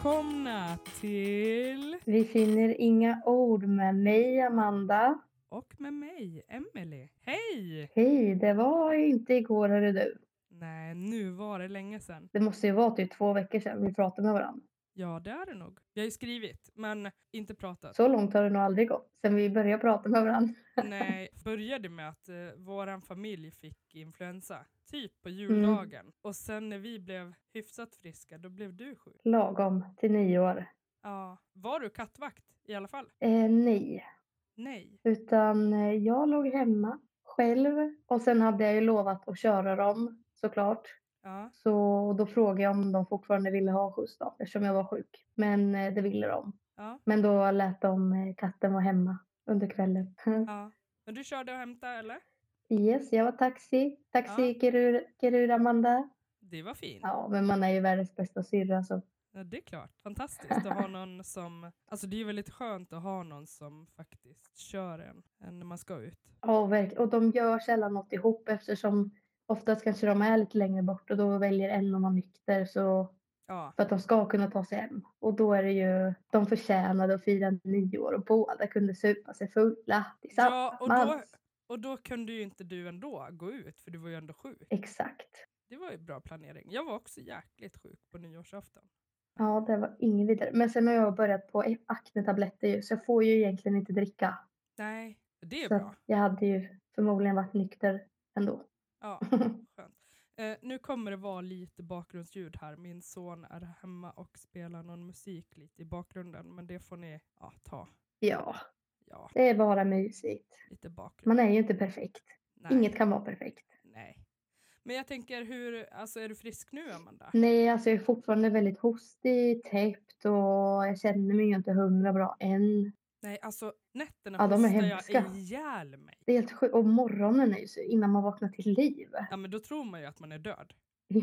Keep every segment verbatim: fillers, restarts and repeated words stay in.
välkomna till... Vi finner inga ord med mig, Amanda. Och med mig, Emily. Hej! Hej, det var inte igår, hörru du. Nej, nu var det länge sedan. Det måste ju vara typ två veckor sedan vi pratade med varandra. Ja, det är det nog. Vi har ju skrivit, men inte pratat. Så långt har det nog aldrig gått sen vi började prata med varandra. Nej, började med att eh, våran familj fick influensa. Typ på juldagen. Mm. Och sen när vi blev hyfsat friska, då blev du sjuk. Lagom till nio år. Ja. Var du kattvakt i alla fall? Eh, nej. Nej. Utan eh, jag låg hemma själv. Och sen hade jag ju lovat att köra dem, såklart. Ja. Så då frågade jag om de fortfarande ville ha skjuts då, eftersom jag var sjuk. Men eh, det ville de. Ja. Men då lät de eh, katten vara hemma under kvällen. Ja. Men du körde och hämtade, eller? Yes, jag var taxi. Taxi, Ja. Gerur, Gerur Amanda. Det var fint. Ja, men man är ju världens bästa syrra så. Ja, det är klart. Fantastiskt att ha någon som... Alltså det är väldigt skönt att ha någon som faktiskt kör en, en när man ska ut. Ja, verkligen. Och de gör sällan något ihop eftersom oftast kanske de är lite längre bort och då väljer en att vara nykter så Ja. för att de ska kunna ta sig hem. Och då är det ju, de förtjänade att fira nio år och båda kunde supa sig fulla tillsammans. Ja, och då, och då kunde ju inte du ändå gå ut för du var ju ändå sjuk. Exakt. Det var ju bra planering. Jag var också jäkligt sjuk på nyårsafton. Ja, det var ingen vidare. Men sen har jag börjat på aknetabletter ju, så jag får ju egentligen inte dricka. Nej, det är så bra. Jag hade ju förmodligen varit nykter ändå. Ja, skönt. Eh, nu kommer det vara lite bakgrundsljud här. Min son är hemma och spelar någon musik lite i bakgrunden. Men det får ni ja, ta. Ja, ja, det är bara mysigt. Lite bakgrund. Man är ju inte perfekt. Nej. Inget kan vara perfekt. Nej. Men jag tänker, hur, alltså är du frisk nu, Amanda? Nej, alltså jag är fortfarande väldigt hostig, täppt och jag känner mig ju inte hundra bra än. Nej, alltså nätterna ja, de är hostar hemska. jag ihjäl mig. Det är helt sjukt. Och morgonen är ju så innan man vaknar till liv. Ja, men då tror man ju att man är död.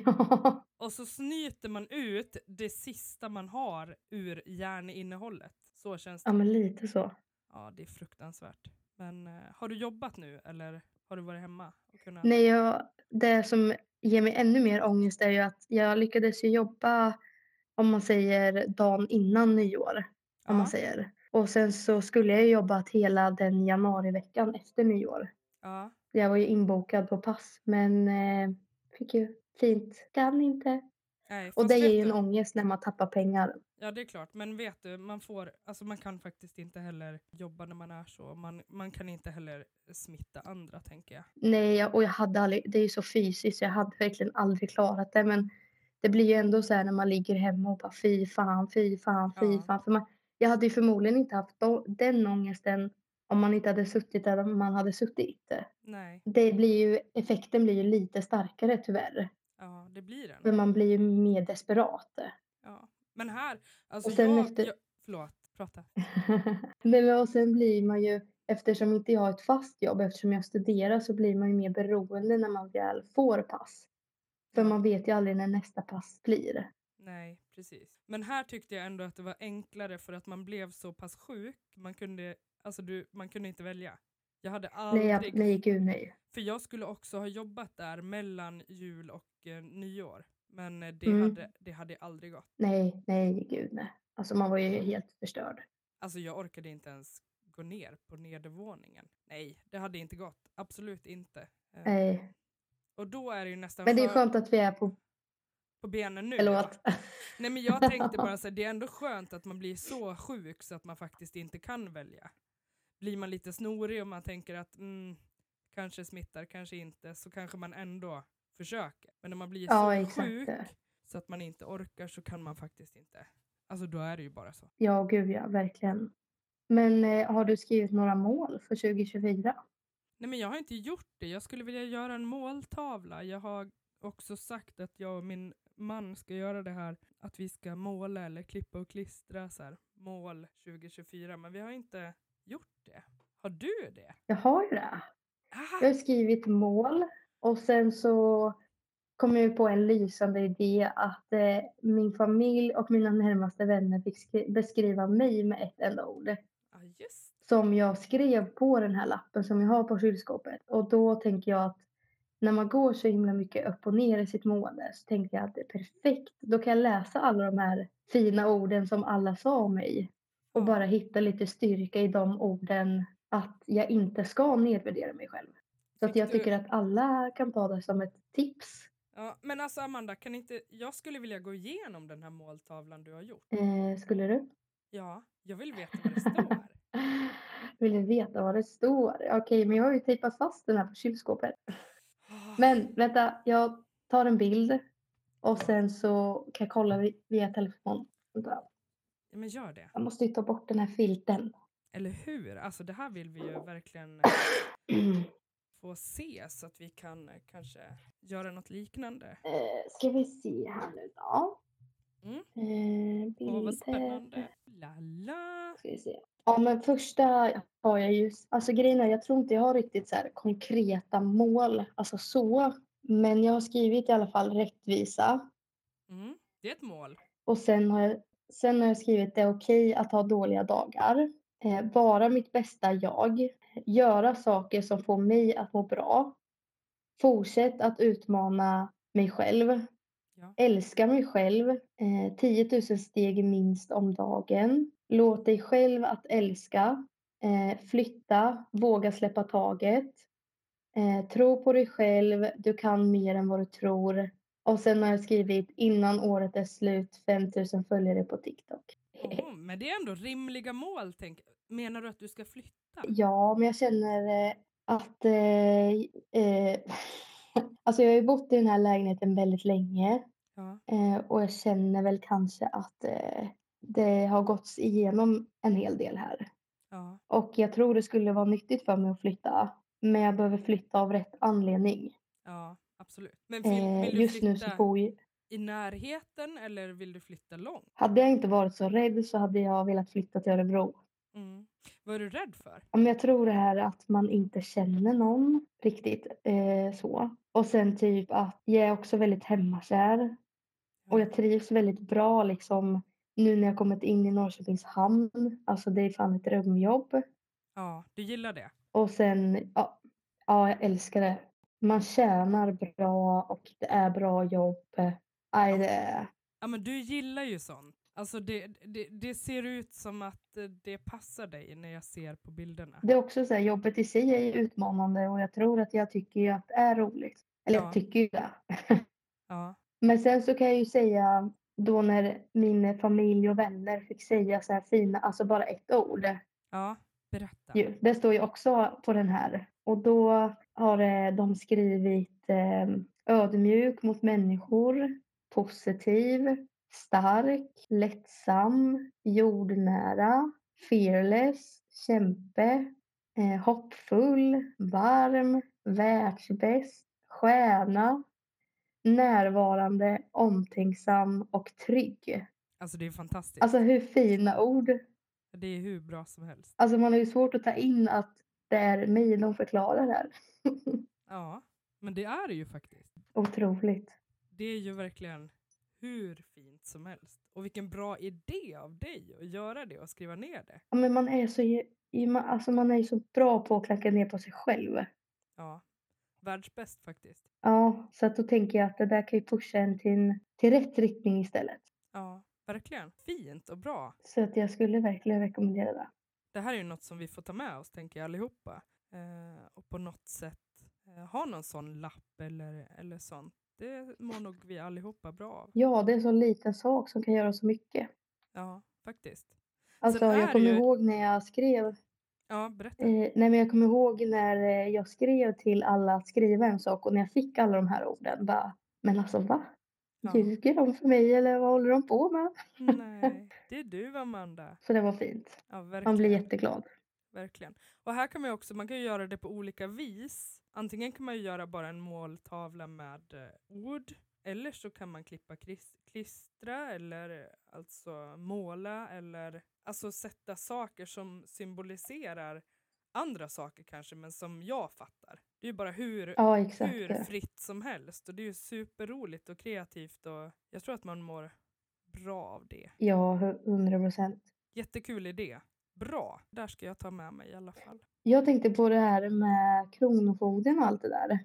Ja. Och så snyter man ut det sista man har ur hjärninnehållet. Så känns det. Ja, men lite så. Ja, det är fruktansvärt. Men uh, har du jobbat nu eller har du varit hemma? Och kunnat... Nej, jag, det som ger mig ännu mer ångest är ju att jag lyckades ju jobba, om man säger dagen innan nyår. Ja. Om man säger. Och sen så skulle jag jobba hela den januariveckan efter nyår. Ja. Jag var ju inbokad på pass, men eh, fick ju fint, kan inte. Nej, och det ger ju en du... ångest när man tappar pengar. Ja, det är klart. Men vet du, man får, alltså man kan faktiskt inte heller jobba när man är så. Man, man kan inte heller smitta andra, tänker jag. Nej, och jag hade aldrig, det är ju så fysiskt, så jag hade verkligen aldrig klarat det. Men det blir ju ändå så här när man ligger hemma och bara fy fan, fy fan, fy Ja. fan. För man, jag hade ju förmodligen inte haft då, den ångesten om man inte hade suttit där man hade suttit. Nej. Det blir ju, effekten blir ju lite starkare tyvärr. Ja, det blir den. För man blir ju mer desperat. Ja, men här, alltså och sen jag, efter... jag... Förlåt, prata. Nej, men och sen blir man ju, eftersom inte jag har ett fast jobb, eftersom jag studerar så blir man ju mer beroende när man väl får pass. För Ja. man vet ju aldrig när nästa pass blir. Nej, precis. Men här tyckte jag ändå att det var enklare för att man blev så pass sjuk. Man kunde, alltså du, man kunde inte välja. Jag hade aldrig... Nej, jag, nej gud nej. För jag skulle också ha jobbat där mellan jul och eh, nyår. Men eh, det, Mm. hade, det hade aldrig gått. Nej, nej gud nej. Alltså man var ju helt förstörd. Alltså jag orkade inte ens gå ner på nedervåningen. Nej, det hade inte gått. Absolut inte. Eh, Nej. Och då är det ju nästan... Men det är för... skönt att vi är på... På benen nu. Förlåt. Ja. Nej, men jag tänkte bara så här, det är ändå skönt att man blir så sjuk så att man faktiskt inte kan välja. Blir man lite snorig och man tänker att mm, kanske smittar, kanske inte, så kanske man ändå försöker. Men när man blir ja, så exakt. sjuk så att man inte orkar så kan man faktiskt inte. Alltså då är det ju bara så. Ja, gud ja, verkligen. Men eh, har du skrivit några mål för tjugo tjugofyra? Nej, men jag har inte gjort det. Jag skulle vilja göra en måltavla. Jag har också sagt att jag och min man ska göra det här. Att vi ska måla eller klippa och klistra så här, mål tjugo tjugofyra. Men vi har inte gjort det. Har du det? Jag har ju det. Ah. Jag har skrivit mål. Och sen så kom jag på en lysande idé att eh, min familj och mina närmaste vänner fick skri- beskriva mig med ett enda ord. Ah, just. Som jag skrev på den här lappen som jag har på kylskåpet. Och då tänker jag att när man går så himla mycket upp och ner i sitt mående så tänkte jag att det är perfekt. Då kan jag läsa alla de här fina orden som alla sa om mig och bara Ja. hitta lite styrka i de orden att jag inte ska nedvärdera mig själv. Så att Fick jag du... tycker att alla kan ta det som ett tips. Ja, men alltså Amanda, kan inte... jag skulle vilja gå igenom den här måltavlan du har gjort. Eh, skulle du? Ja, jag vill veta vad det står. Vill du veta vad det står? Okej, men jag har ju tejpat fast den här på kylskåpet. Ah, Men vänta, jag tar en bild och Ja. sen så kan jag kolla vi- via telefon. Vänta. Ja, men gör det. Jag måste ju ta bort den här filten. Eller hur? Alltså det här vill vi ju verkligen få se så att vi kan eh, kanske göra något liknande. Eh, ska vi se här nu då. Mm. Eh, Åh, vad bilder. spännande. Lala. Ska vi se. Ja, men första har jag ju... Alltså grejen är, jag tror inte jag har riktigt så här konkreta mål. Alltså så. Men jag har skrivit i alla fall rättvisa. Mm. Det är ett mål. Och sen har jag, sen har jag skrivit det är okej att ha dåliga dagar. Eh, vara mitt bästa jag. Göra saker som får mig att må bra. Fortsätt att utmana mig själv. Ja. Älska mig själv. Eh, tio tusen steg minst om dagen. Låt dig själv att älska. Eh, flytta. Våga släppa taget. Eh, tro på dig själv. Du kan mer än vad du tror. Och sen har jag skrivit innan året är slut fem tusen följare på TikTok. Åh, men det är ändå rimliga mål. Tänk. Menar du att du ska flytta? Ja, men jag känner eh, att... Eh, eh, alltså jag har ju bott i den här lägenheten väldigt länge. Ja. Eh, och jag känner väl kanske att eh, det har gått igenom en hel del här. Ja. Och jag tror det skulle vara nyttigt för mig att flytta. Men jag behöver flytta av rätt anledning. Ja, absolut. Men vill, Eh, vill du just nu så flytta bor jag... i närheten eller vill du flytta långt? Hade jag inte varit så rädd så hade jag velat flytta till Örebro. Mm. Vad är du rädd för? Ja, men jag tror det här att man inte känner någon riktigt eh, så. Och sen typ att jag är också väldigt hemmakär. Och jag trivs väldigt bra liksom nu när jag kommit in i Norrköpings hamn. Alltså det är fan ett drömjobb. Ja, du gillar det? Och sen, ja, ja jag älskar det. Man tjänar bra och det är bra jobb. Aj, det är... Ja, men du gillar ju sånt. Alltså det, det, det ser ut som att eh, det passar dig när jag ser på bilderna. Det är också så här, jobbet i sig är ju utmanande och jag tror att jag tycker ju att det är roligt. Eller Ja. jag tycker ju det. Ja. Men sen så kan jag ju säga då när min familj och vänner fick säga så här fina, alltså bara ett ord. Ja, berätta. Ju, det står ju också på den här. Och då har eh, de skrivit eh, ödmjuk mot människor, positiv, stark, lättsam, jordnära, fearless, kämpe, eh, hoppfull, varm, världsbäst, stjärna, närvarande, omtänksam och trygg. Alltså det är fantastiskt. Alltså hur fina ord. Det är hur bra som helst. Alltså man har ju svårt att ta in att det är mig de förklarar här. Ja, men det är det ju faktiskt. Otroligt. Det är ju verkligen hur fint som helst. Och vilken bra idé av dig att göra det och skriva ner det. Ja, men man är så i, i, alltså man är så bra på att klacka ner på sig själv. Ja, världsbäst faktiskt. Ja, så att då tänker jag att det där kan ju pusha en till, till rätt riktning istället. Ja, verkligen. Fint och bra. Så att jag skulle verkligen rekommendera det. Det här är ju något som vi får ta med oss, tänker jag, allihopa. Eh, och på något sätt eh, ha någon sån lapp eller, eller sånt. Det mår nog vi allihopa bra av. Ja, det är en så liten sak som kan göra så mycket. Ja, faktiskt. Alltså Sen är jag kommer ju... ihåg när jag skrev. Ja, berätta. Eh, nej men jag kommer ihåg när eh, jag skrev till alla att skriva en sak och när jag fick alla de här orden bara, men alltså va? Ja. Ljuger de för mig eller vad håller de på med? Nej, det är du, Amanda. Så det var fint. Ja, verkligen. Man blir jätteglad. Verkligen. Och här kan man ju också, man kan ju göra det på olika vis. Antingen kan man ju göra bara en måltavla med eh, ord. Eller så kan man klippa klis- klistra eller alltså måla eller alltså sätta saker som symboliserar andra saker kanske, men som jag fattar. Det är ju bara hur, Ja, exakt. hur fritt som helst. Och det är ju superroligt och kreativt och jag tror att man mår bra av det. Ja, hundra procent. Jättekul idé. Bra. Där ska jag ta med mig i alla fall. Jag tänkte på det här med kronofogden och allt det där.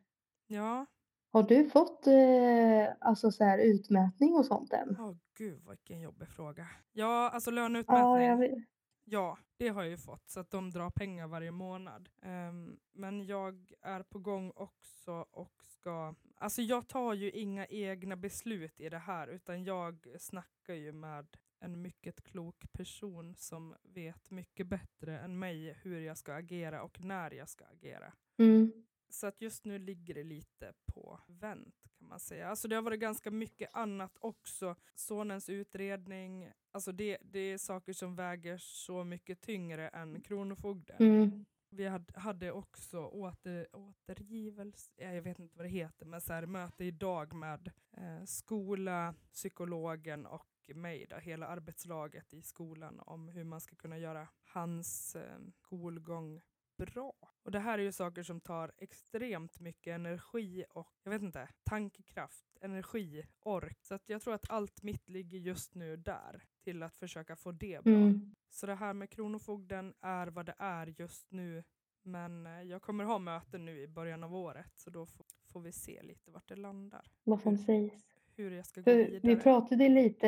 Ja. Har du fått eh, alltså så här utmätning och sånt än? Åh gud, vilken jobbig fråga. Ja, alltså Ja, jag löneutmätning. vet. Ja, det har jag ju fått. Så att de drar pengar varje månad. Ehm, men jag är på gång också och ska... Alltså jag tar ju inga egna beslut i det här. Utan jag snackar ju med en mycket klok person som vet mycket bättre än mig hur jag ska agera och när jag ska agera. Mm. Så att just nu ligger det lite på vänt kan man säga. Alltså det har varit ganska mycket annat också. Sonens utredning, alltså det, det är saker som väger så mycket tyngre än kronofogden. Mm. Vi hade, hade också åter, återgivelse, jag vet inte vad det heter, men så här, möte idag med eh, skola, psykologen och mig, då, hela arbetslaget i skolan om hur man ska kunna göra hans eh, skolgång bra. Och det här är ju saker som tar extremt mycket energi och, jag vet inte, tankekraft, energi, ork. Så att jag tror att allt mitt ligger just nu där till att försöka få det bra. Mm. Så det här med kronofogden är vad det är just nu. Men eh, jag kommer ha möten nu i början av året. Så då får, får vi se lite vart det landar. Vad som Hur, sägs. hur jag ska gå För vidare. vi pratade lite,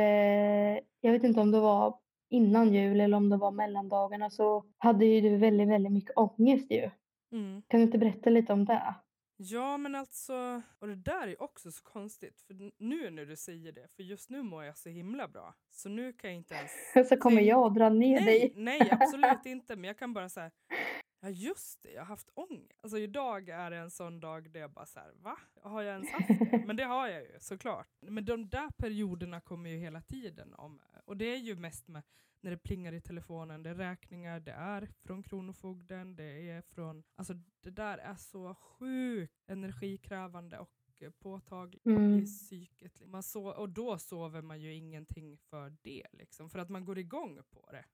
jag vet inte om det var innan jul eller om det var mellandagarna, så hade ju du väldigt, väldigt mycket ångest ju. Mm. Kan du inte berätta lite om det? Ja, men alltså, och det där är också så konstigt. För n- nu när du säger det, för just nu mår jag så himla bra. Så nu kan jag inte ens... Så kommer tänk- jag dra ner nej, dig. nej, absolut inte. Men jag kan bara säga, ja just det, jag har haft ångest. Alltså idag är det en sån dag där jag bara så här, va? Har jag ens haft det? Men det har jag ju, såklart. Men de där perioderna kommer ju hela tiden om. Och det är ju mest med när det plingar i telefonen, det är räkningar, det är från kronofogden, det är från, alltså det där är så sjukt energikrävande och eh, påtagligt Mm. i psyket. Man so- och då sover man ju ingenting för det liksom, för att man går igång på det.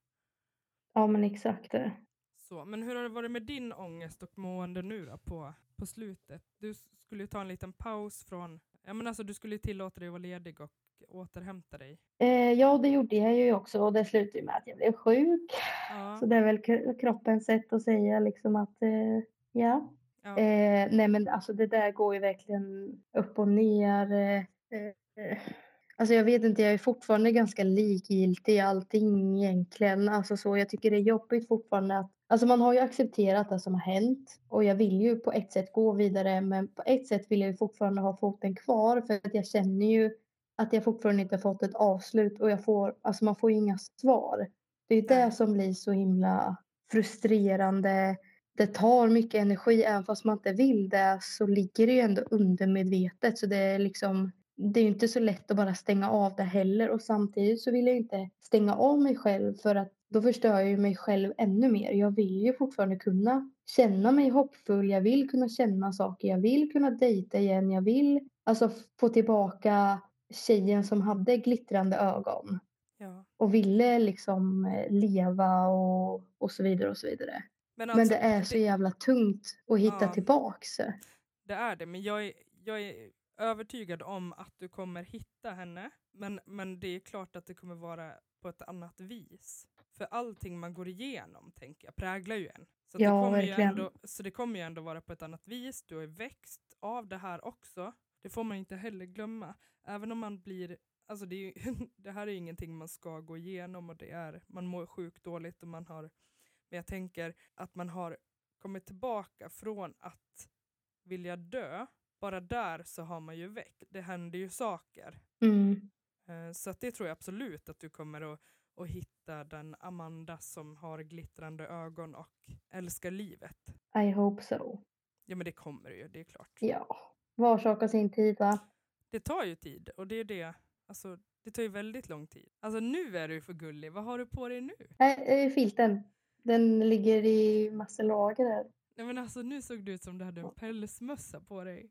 Ja, men exakt det. Så, men hur har det varit med din ångest och mående nu då på, på slutet? Du s- skulle ju ta en liten paus från, ja men alltså du skulle ju tillåta dig att vara ledig och återhämta dig. Eh, ja, det gjorde jag ju också och det slutade ju med att jag blev sjuk. Ja, Så det är väl k- kroppens sätt att säga liksom att eh, ja. ja, Eh, nej men alltså det där går ju verkligen upp och ner. Eh, eh, alltså jag vet inte, jag är fortfarande ganska likgiltig i allting egentligen. Alltså så, jag tycker det är jobbigt fortfarande att, alltså man har ju accepterat det som har hänt och jag vill ju på ett sätt gå vidare, men på ett sätt vill jag ju fortfarande ha foten kvar för att jag känner ju att jag fortfarande inte har fått ett avslut och jag får, alltså man får ju inga svar. Det är ju nej, det som blir så himla frustrerande. Det tar mycket energi, även fast man inte vill det så ligger det ju ändå undermedvetet. Så det är liksom, det är ju inte så lätt att bara stänga av det heller. Och samtidigt så vill jag inte stänga av mig själv för att då förstör jag ju mig själv ännu mer. Jag vill ju fortfarande kunna känna mig hoppfull. Jag vill kunna känna saker. Jag vill kunna dejta igen. Jag vill alltså få tillbaka tjejen som hade glittrande ögon ja. och ville liksom eh, leva och, och så vidare och så vidare. Men Men alltså, det är så det, jävla tungt att hitta ja, tillbaks. det är det. Men jag är, jag är övertygad om att du kommer hitta henne. Men, men det är klart att det kommer vara på ett annat vis. För allting man går igenom, tänker jag, präglar ju en. Så, att det Ja, kommer ju verkligen. ändå, så det kommer ju ändå vara på ett annat vis. Du har ju växt av det här också. Det får man inte heller glömma. Även om man blir... Alltså det, är ju, det här är ju ingenting man ska gå igenom. Och det är, man mår sjukt dåligt och man har... Men jag tänker att man har kommit tillbaka från att vilja dö. Bara där så har man ju väckt. Det händer ju saker. Mm. Eh, Så att det tror jag absolut att du kommer att, att hitta den Amanda som har glittrande ögon och älskar livet. I hope so. Ja men det kommer ju, det är klart. Ja, var sak har sin tid va? Det tar ju tid och det är det, alltså det tar ju väldigt lång tid. Alltså nu är du för gullig, vad har du på dig nu? Nej, äh, filten. Den ligger i massa lager där. Nej men alltså nu såg du ut som du hade en pälsmössa på dig.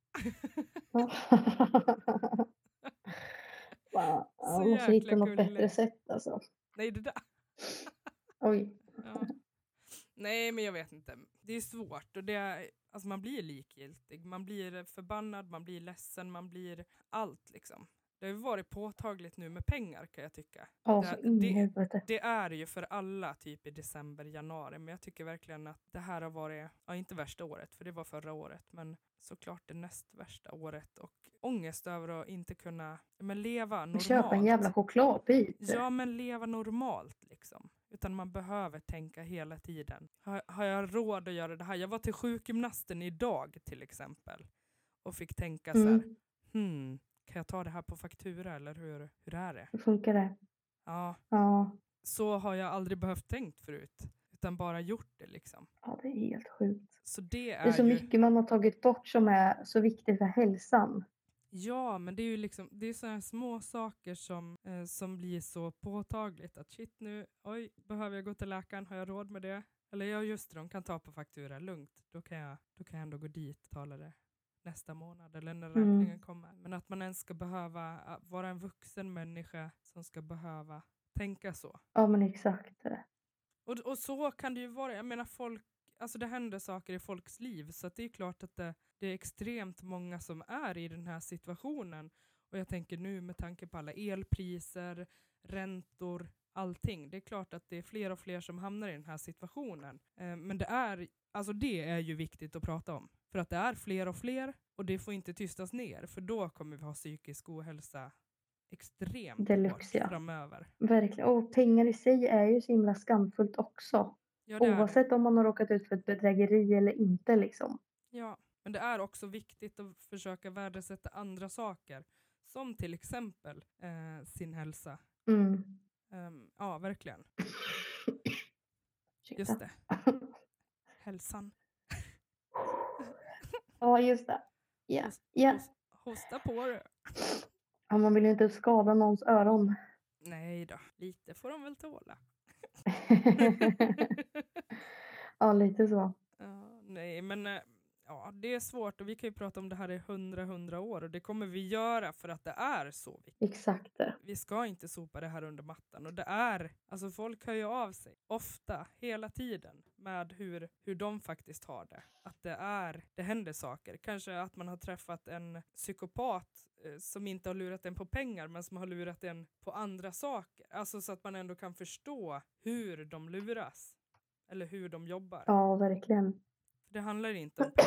Va? Så Jag måste jäkla hitta något gullig. bättre sätt alltså. Nej det där. Oj. Ja. Nej men jag vet inte. Det är svårt och det är, alltså man blir likgiltig. Man blir förbannad, man blir ledsen, man blir allt liksom. Det har ju varit påtagligt nu med pengar kan jag tycka. Ja, så Det, in i det, helvete. det är ju för alla typ i december, januari. Men jag tycker verkligen att det här har varit, ja inte värsta året för det var förra året. Men såklart det näst värsta året. Och ångest över att inte kunna men leva normalt. Köpa en jävla chokladbit. Ja men leva normalt liksom. Utan man behöver tänka hela tiden. Har, har jag råd att göra det här? Jag var till sjukgymnasten idag till exempel. Och fick tänka så här. Mm. Hmm, kan jag ta det här på faktura eller hur, hur är det? Hur funkar det? Ja, Ja. så har jag aldrig behövt tänkt förut. Utan bara gjort det liksom. Ja, det är helt sjukt. Så det är, Det är så ju... mycket man har tagit bort som är så viktigt för hälsan. Ja, men det är ju liksom, det är sådana små saker som, eh, som blir så påtagligt. Att shit nu, oj, behöver jag gå till läkaren? Har jag råd med det? Eller ja, just det, de kan ta på faktura, lugnt. Då kan jag, då kan jag ändå gå dit och tala det nästa månad eller när Mm. räkningen kommer. Men att man ens ska behöva äh, vara en vuxen människa som ska behöva tänka så. Ja, men exakt. Och, och så kan det ju vara. Jag menar folk, alltså det händer saker i folks liv. Så att det är klart att det, det är extremt många som är i den här situationen. Och jag tänker nu med tanke på alla elpriser, räntor, allting. Det är klart att det är fler och fler som hamnar i den här situationen. Eh, men det är, alltså det är ju viktigt att prata om. För att det är fler och fler och det får inte tystas ner. För då kommer vi ha psykisk ohälsa extremt Deluxe, hårt ja. framöver. Verkligen. Och pengar i sig är ju så himla skamfullt också. Ja, det är det. Oavsett om man har råkat ut för ett bedrägeri eller inte liksom. Ja, men det är också viktigt att försöka värdesätta andra saker. Som till exempel eh, sin hälsa. Mm. Um, ja, verkligen. Ursäkta. Just det. Hälsan. Ja, just det. Ja. Hos, Ja. hos, hosta på det. Ja, man vill ju inte skada någons öron. Nej då, lite får de väl tåla. Ja, lite så. Ja, nej, men eh, ja, det är svårt och vi kan ju prata om det här i hundra, hundra år och det kommer vi göra för att det är så viktigt. Exakt. Vi ska inte sopa det här under mattan och det är, alltså folk hör ju av sig ofta, hela tiden med hur, hur de faktiskt har det. Att det är, det händer saker. Kanske att man har träffat en psykopat eh, som inte har lurat en på pengar men som har lurat en på andra saker. Alltså så att man ändå kan förstå hur de luras. Eller hur de jobbar. Ja, verkligen. Det handlar inte om...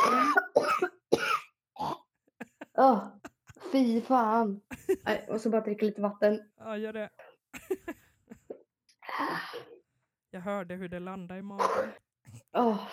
Åh, fy fan. Nej, och så bara dricka lite vatten. Ja, gör det. Jag hörde hur det landade i magen. Åh.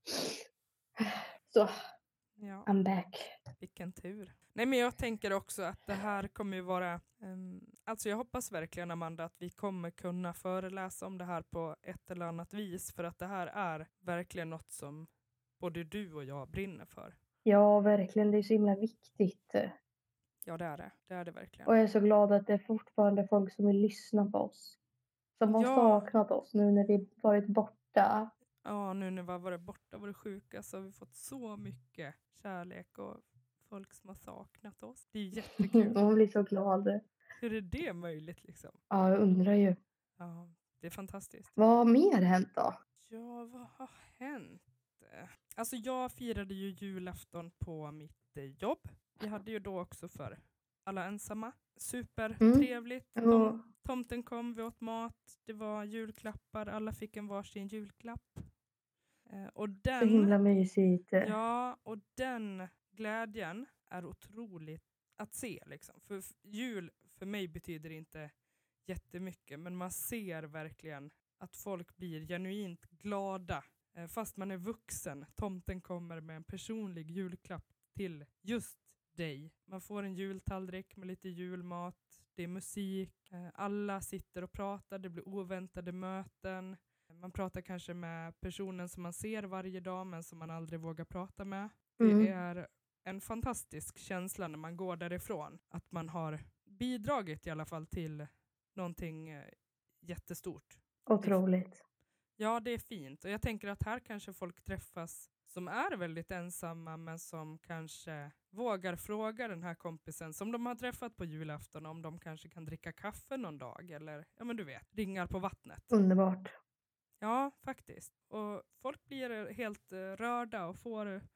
Så, Ja, I'm back. vilken tur. Nej, men jag tänker också att det här kommer ju vara... Um, alltså jag hoppas verkligen, Amanda, att vi kommer kunna föreläsa om det här på ett eller annat vis. För att det här är verkligen något som både du och jag brinner för. Ja, verkligen. Det är så himla viktigt. Ja, det är det. Det är det verkligen. Och jag är så glad att det är fortfarande folk som vill lyssna på oss. Som har Ja. saknat oss nu när vi varit borta. Ja, nu när vi har varit borta och varit sjuka så har vi fått så mycket kärlek och folk som har saknat oss. Det är ju jättekul. Man blir så glad. Hur är det möjligt liksom? Ja, jag undrar ju. Ja, det är fantastiskt. Vad har mer hänt då? Ja, vad har hänt? Alltså jag firade ju julafton på mitt eh, jobb. Vi hade ju då också för alla ensamma. Supertrevligt. Mm. Tom, tomten kom, vi åt mat. Det var julklappar. Alla fick en varsin julklapp. Eh, och den, Så himla mysigt. ja, och den glädjen är otroligt att se. Liksom. För f- jul för mig betyder inte jättemycket. Men man ser verkligen att folk blir genuint glada. Eh, fast man är vuxen. Tomten kommer med en personlig julklapp till just dig. Man får en jultallrik med lite julmat. Det är musik. Eh, alla sitter och pratar. Det blir oväntade möten. Man pratar kanske med personen som man ser varje dag men som man aldrig vågar prata med. Mm. Det är en fantastisk känsla när man går därifrån. Att man har bidragit i alla fall till någonting eh, jättestort. Otroligt. Ja, det är fint. Och jag tänker att här kanske folk träffas som är väldigt ensamma men som kanske vågar fråga den här kompisen som de har träffat på julafton om de kanske kan dricka kaffe någon dag eller, ja men du vet, ringar på vattnet. Underbart. Ja, faktiskt. Och folk blir helt uh, rörda och får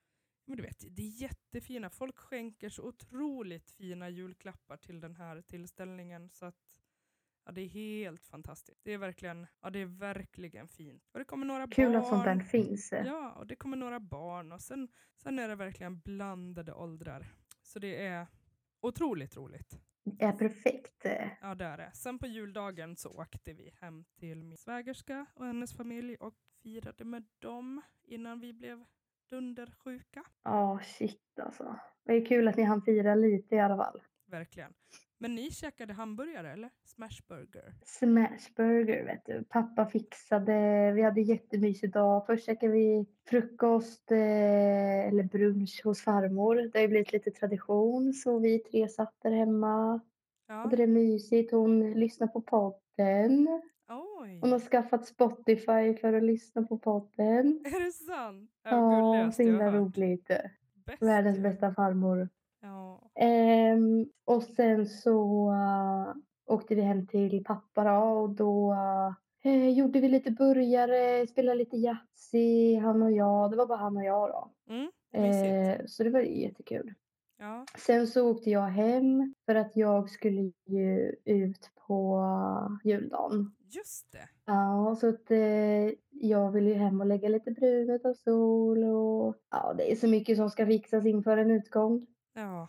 Men du vet, det är jättefina. Folk skänker så otroligt fina julklappar till den här tillställningen. Så att ja, det är helt fantastiskt. Det är verkligen, ja, det är verkligen fint. Och det kommer några Kul att sånt där barn. finns. Ja, och det kommer några barn. Och sen, sen är det verkligen blandade åldrar. Så det är otroligt roligt. Det är perfekt. Ja, det är det. Sen på juldagen så åkte vi hem till min svägerska och hennes familj och firade med dem innan vi blev dundersjuka. Ja, shit alltså. Det är kul att ni hann fira lite i alla fall. Verkligen. Men ni käkade hamburgare eller? Smashburger? Smashburger, vet du. Pappa fixade. Vi hade jättemysig dag. Först käkade vi frukost eh, eller brunch hos farmor. Det har ju blivit lite tradition. Så vi tre satt där hemma. Ja. Och det är mysigt. Hon lyssnar på podden. Oj. Hon har skaffat Spotify för att lyssna på podden. Är det sant? Ja, så himla roligt. Bäst, Världens ju. bästa farmor. Ja. Ehm, och sen så uh, åkte vi hem till pappa då, och då uh, gjorde vi lite burgare, spelade lite Yatzy, han och jag. Det var bara han och jag då. Mm, Ehm, så det var jättekul. Ja. Sen så åkte jag hem för att jag skulle ju ut på uh, juldagen. Just det. Ja, så att eh, jag vill ju hem och lägga lite brun utav sol och ja, det är så mycket som ska fixas inför en utgång. Ja.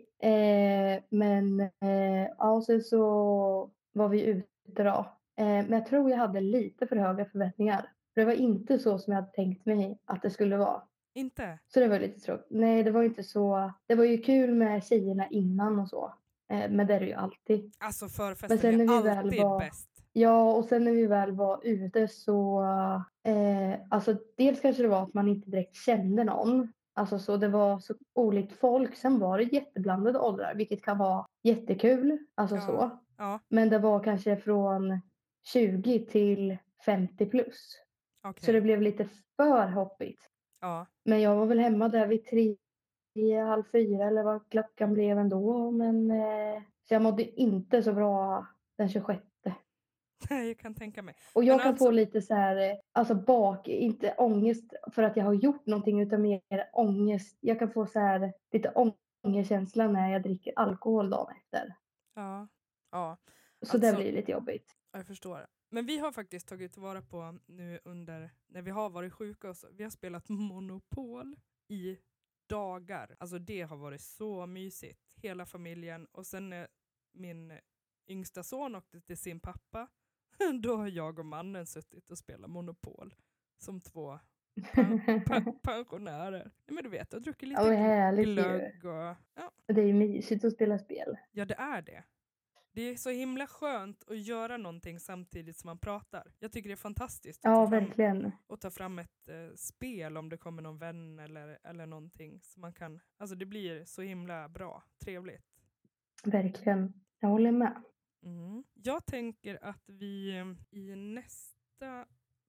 eh, men eh, ja, sen så var vi ute då. Eh, men jag tror jag hade lite för höga förväntningar. För det var inte så som jag hade tänkt mig att det skulle vara. Inte? Så det var lite tråkigt. Nej, det var inte så. Det var ju kul med tjejerna innan och så. Eh, men det är det ju alltid. Alltså förfesten Men sen är när vi väl alltid var- bäst. Ja, och sen när vi väl var ute så, eh, alltså dels kanske det var att man inte direkt kände någon. Alltså så det var så olikt folk. Sen var det jätteblandade åldrar, vilket kan vara jättekul. Alltså Ja. så. Ja, Men det var kanske från tjugo till femtio plus. okej. Så det blev lite för hoppigt. Ja. Men jag var väl hemma där vid tre, halv fyra eller vad klockan blev ändå. Men eh, så jag mådde inte så bra den tjugosjätte. Jag kan tänka mig. Och jag Men kan alltså- få lite så här, eh, alltså bak, inte ångest för att jag har gjort någonting utan mer ångest. Jag kan få så här lite ångestkänsla när jag dricker alkohol dagen efter. Ja. Ja, Så det Alltså- blir lite jobbigt. jag förstår. Men vi har faktiskt tagit vara på nu under, när vi har varit sjuka och så. Vi har spelat Monopol i dagar. Alltså det har varit så mysigt. Hela familjen. Och sen när min yngsta son åkte till sin pappa, då har jag och mannen suttit och spelat Monopol. Som två pen- pen- pensionärer. Nej, men du vet, och druckit lite Ja, vad härligt ju. glögg och... Ja, Det är ju mysigt att spela spel. ja, det är det. Det är så himla skönt att göra någonting samtidigt som man pratar. Jag tycker det är fantastiskt att Ja, ta fram, verkligen. och ta fram ett eh, spel om det kommer någon vän eller, eller någonting. Så man kan, alltså det blir så himla bra, trevligt. Verkligen. Jag håller med. Mm. Jag tänker att vi eh, i nästa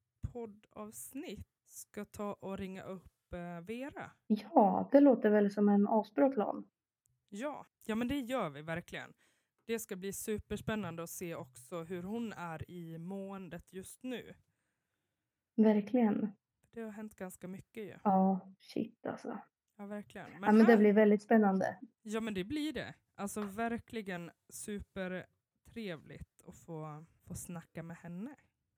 poddavsnitt ska ta och ringa upp eh, Vera. Ja, det låter väl som en asbra plan. Ja, ja men det gör vi verkligen. Det ska bli superspännande att se också hur hon är i måendet just nu. Verkligen. Det har hänt ganska mycket ju. Ja, shit alltså. Ja, verkligen. Ja, men det här- blir väldigt spännande. Ja, men det blir det. Alltså verkligen supertrevligt att få, få snacka med henne.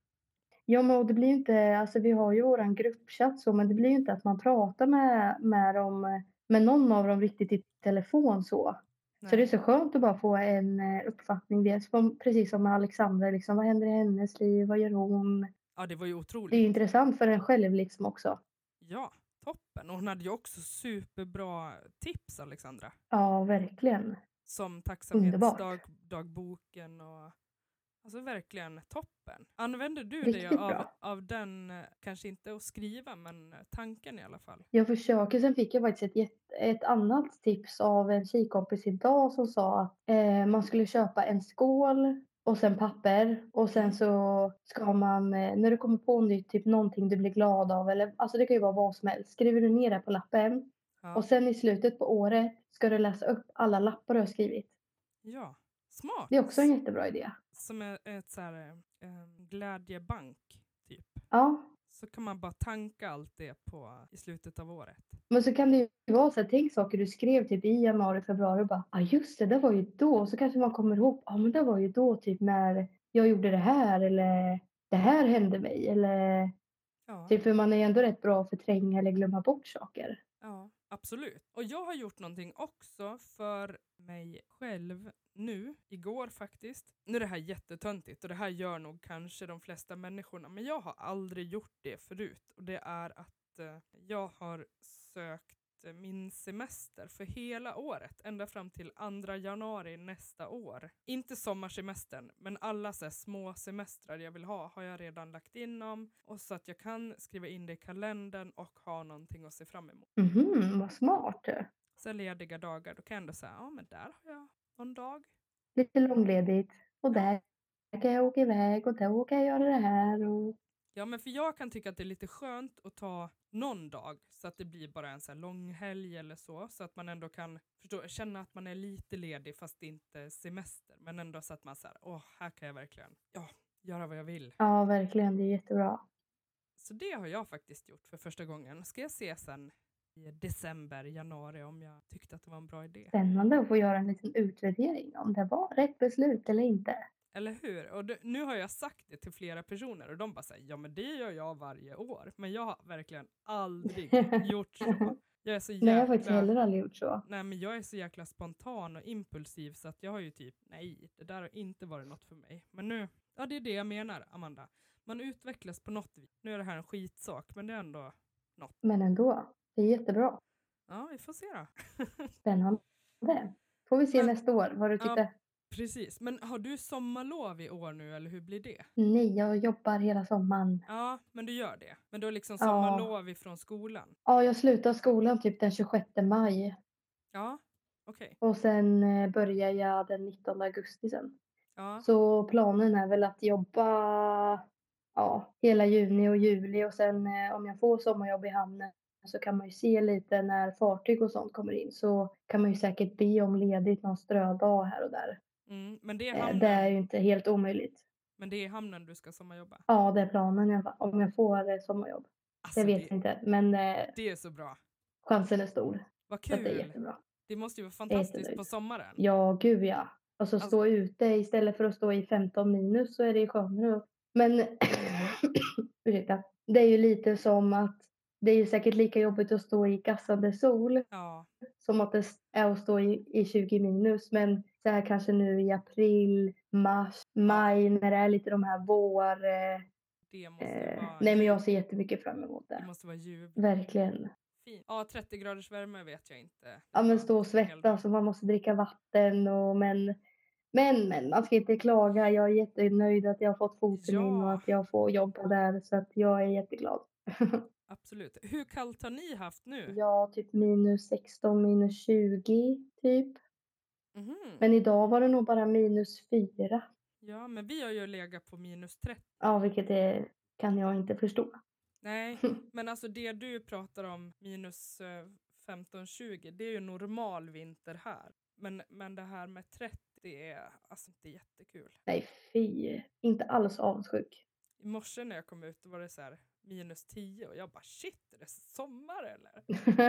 Ja, men och det blir ju inte, alltså vi har ju våran gruppchatt så, men det blir ju inte att man pratar med, med dem, med någon av dem riktigt i telefon så. Så det är så skönt att bara få en eh, uppfattning, dels som, precis som med Alexandra, liksom, vad händer i hennes liv, vad gör hon? Ja, det var ju Det är ju otroligt. intressant för en själv liksom också. Ja, toppen. Och hon hade ju också superbra tips, Alexandra. Ja, verkligen. Som Underbart. tacksamhetsdagboken och alltså verkligen toppen. Använder du Riktigt dig av, bra. av den, eh, kanske inte att skriva, men eh, tanken i alla fall? Jag försöker, sen fick jag faktiskt ett, jätte- ett annat tips av en tjejkompis idag som sa att eh, man skulle köpa en skål och sen papper och sen Mm. så ska man, eh, när du kommer på nytt, typ någonting du blir glad av eller alltså det kan ju vara vad som helst, skriver du ner det på lappen Ja, och sen i slutet på året ska du läsa upp alla lappar du har skrivit. ja. Smart. Det är också en jättebra idé. Som är ett så här, eh, glädjebank, typ. Ja, så kan man bara tanka allt det på i slutet av året. Men så kan det ju vara så här, tänk saker du skrev typ i januari, februari och bara, ja ah, just det, det var ju då. Så kanske man kommer ihåg, ja ah, men det var ju då typ när jag gjorde det här eller det här hände mig. Eller Ja. typ för man är ändå rätt bra att förtränga eller glömma bort saker. Ja, absolut. Och jag har gjort någonting också för mig själv nu, igår faktiskt. Nu är det här jättetöntigt och det här gör nog kanske de flesta människorna. Men jag har aldrig gjort det förut. Och det är att eh, jag har sökt min semester för hela året. Ända fram till andra januari nästa år. Inte sommarsemestern, men alla så här små semestrar jag vill ha har jag redan lagt in om. Och så att jag kan skriva in det i kalendern och ha någonting att se fram emot. Mhm, vad smart. Så lediga dagar, då kan jag ändå säga, ja men där har jag någon dag. Lite långledigt. Och där kan jag åka iväg och då kan jag göra det här. Och... Ja, men för jag kan tycka att det är lite skönt att ta någon dag så att det blir bara en så här lång helg eller så. Så att man ändå kan förstå, känna att man är lite ledig fast det inte är semester. Men ändå så att man säger, åh, här kan jag verkligen ja, göra vad jag vill. Ja, verkligen. Det är jättebra. Så det har jag faktiskt gjort för första gången. Ska jag se sen i december, januari om jag tyckte att det var en bra idé. Spännande att få göra en liten utvärdering om det var rätt beslut eller inte. Eller hur? Och det, nu har jag sagt det till flera personer och de bara säger, ja men det gör jag varje år. Men jag har verkligen aldrig gjort så. Jag är så jäkla... Nej, jag har faktiskt heller aldrig gjort så. Nej, men jag är så jäkla spontan och impulsiv så att jag har ju typ, nej, det där har inte varit något för mig. Men nu, ja det är det jag menar, Amanda. Man utvecklas på något vis. Nu är det här en skitsak, men det är ändå något. Men ändå, det är jättebra. Ja, vi får se då. Spännande. Får vi se Men, nästa år vad du tyckte. Ja, precis. Men har du sommarlov i år nu eller hur blir det? Nej, jag jobbar hela sommaren. Ja, men du gör det. Men du har liksom Ja. sommarlov ifrån skolan. Ja, jag slutar skolan typ den tjugosjätte maj. Ja, okej. Okay. Och sen eh, börjar jag den nittonde augusti sen. Ja. Så planen är väl att jobba ja, hela juni och juli. Och sen eh, om jag får sommarjobb i hamnen så kan man ju se lite när fartyg och sånt kommer in. Så kan man ju säkert be om ledigt någon strödag här och där. Mm, men det är Eh, hamnen. Det är ju inte helt omöjligt. Men det är hamnen du ska sommarjobba? Ja, det är planen i alla fall. Om jag får eh, sommarjobb. Alltså, jag vet det, inte, men eh, det är så bra. Chansen är stor. Vad Så att det är kul. jättebra. Det måste ju vara fantastiskt Jättenöjd. på sommaren. Ja, gud ja. Alltså stå Alltså- ute istället för att stå i femton minus så är det ju skönare. Men ursäkta. Det är ju lite som att det är ju säkert lika jobbigt att stå i gassande sol Ja, som att det är att stå i, i tjugo minus. Men så här kanske nu i april, mars, maj när det är lite de här vår... Eh, det måste eh, vara... nej men jag ser jättemycket fram emot Det det. måste vara ljuvligt. Verkligen. Fint. Ja, trettio graders värme vet jag inte. Ja men stå och svettas och man måste dricka vatten och men men men man ska inte klaga. Jag är jättenöjd att jag har fått foten Ja. in och att jag får jobba där så att jag är jätteglad. Absolut. Hur kallt har ni haft nu? Ja, typ minus sexton, minus tjugo typ. Mhm. Men idag var det nog bara minus fyra. Ja, men vi har ju legat på minus trettio. Ja, vilket är, kan jag inte förstå. Nej, men alltså det du pratar om minus femton tjugo, det är ju normal vinter här. Men, men det här med trettio, det är alltså inte jättekul. Nej, fy. Inte alls avundsjuk. I morse när jag kom ut var det så här minus tio och jag bara shit, är det sommar eller?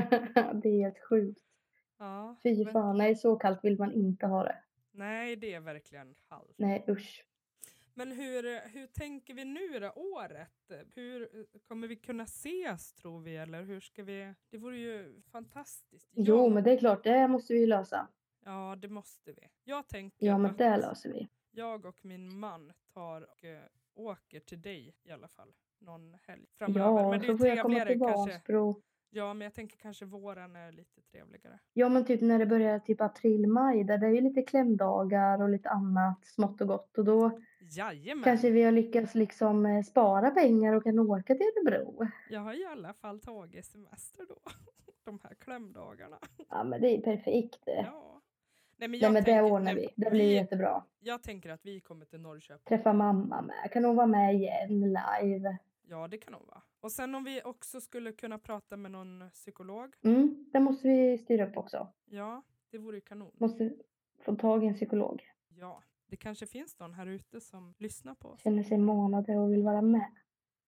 Det är helt sjukt. Ja. Fy men- fan, nej så kallt vill man inte ha det. Nej, det är verkligen halvt. Nej, usch. Men hur, hur tänker vi nu det året? Hur kommer vi kunna ses tror vi? Eller hur ska vi? Det vore ju fantastiskt. Jo, Jag- men det är klart, det måste vi ju lösa. Ja, det måste vi. Jag tänker Ja, men att det löser vi. jag och min man tar och äh, åker till dig i alla fall. Någon helg framöver. Ja, men det är så ju får jag komma trevligare till kanske. Vansbro. Ja, men jag tänker kanske våren är lite trevligare. Ja, men typ när det börjar typ april, maj, där det är ju lite klämdagar och lite annat smått och gott. Och då Jajamän. kanske vi har lyckats liksom eh, spara pengar och kan åka till Örebro. Jag har i alla fall tagit semester då. De här klämdagarna. Ja, men det är perfekt. Ja. Nej, men, Nej, jag men det tänker- ordnar nej, vi. Det blir jättebra. Jag tänker att vi kommer till Norrköping. Träffa mamma med. Kan hon vara med igen live? Ja, det kan hon vara. Och sen om vi också skulle kunna prata med någon psykolog. Mm, det måste vi styra upp också. Ja, det vore ju kanon. Måste få tag i en psykolog. Ja, det kanske finns någon här ute som lyssnar på oss. Känner sig månade och vill vara med.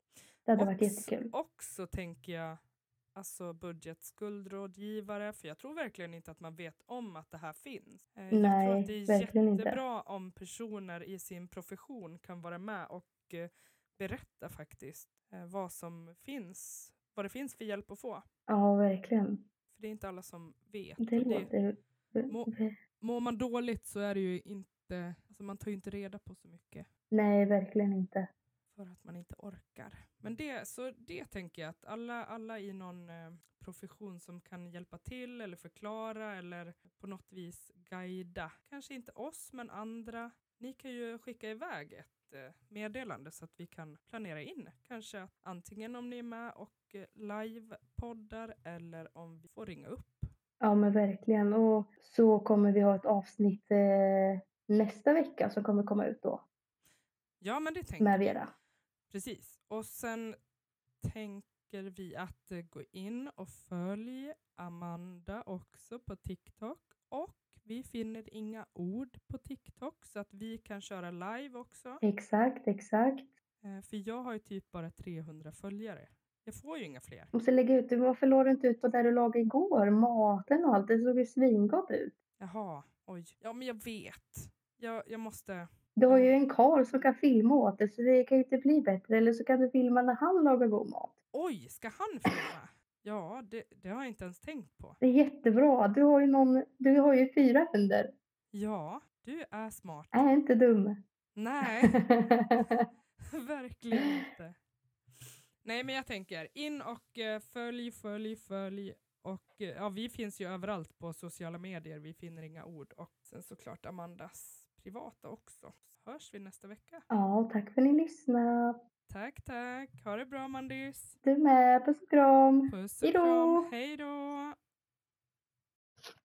Det hade varit Också, jättekul. också tänker jag, alltså budgetskuldrådgivare, för jag tror verkligen inte att man vet om att det här finns. Eh, jag tror Nej, att det är verkligen inte. jättebra om personer i sin profession kan vara med och eh, berätta faktiskt eh, vad som finns, vad det finns för hjälp att få. Ja, verkligen. För det är inte alla som vet. Det Och det, låter... må, mår man dåligt så är det ju inte, alltså man tar ju inte reda på så mycket. Nej, verkligen inte. För att man inte orkar. Men det, så det tänker jag att alla, alla i någon eh, profession som kan hjälpa till eller förklara eller på något vis guida. Kanske inte oss men andra. Ni kan ju skicka iväg ett eh, meddelande så att vi kan planera in. Kanske att antingen om ni är med och eh, live-poddar eller om vi får ringa upp. Ja, men verkligen. Och så kommer vi ha ett avsnitt eh, nästa vecka som kommer komma ut då. Ja, men det tänker Med vi. Vera. Precis. Och sen tänker vi att eh, gå in och följ Amanda också på TikTok. Och vi finner inga ord på TikTok så att vi kan köra live också. Exakt, exakt. Eh, för jag har ju typ bara trehundra följare. Jag får ju inga fler. Och så lägga ut, varför låg du inte ut på där du lagade igår? Maten och allt, det såg ju svingott ut. Jaha, oj. Ja, men jag vet. Jag, jag måste... Du har ju en karl som kan filma åt det, så det kan ju inte bli bättre. Eller så kan du filma när han lagar god mat. Oj, ska han filma? Ja, det, det har jag inte ens tänkt på. Det är jättebra. Du har ju, någon, du har ju fyra händer. Ja, du är smart. Är inte dum. Nej, verkligen inte. Nej, men jag tänker in och eh, följ, följ, följ. Och eh, ja, vi finns ju överallt på sociala medier. Vi finner inga ord. Och sen såklart Amandas privata också. Så hörs vi nästa vecka. Ja, tack för att ni lyssnade. Tack, tack. Ha det bra, Mandis. Du med. Puss och kram. Puss och Hejdå. kram. Hej då.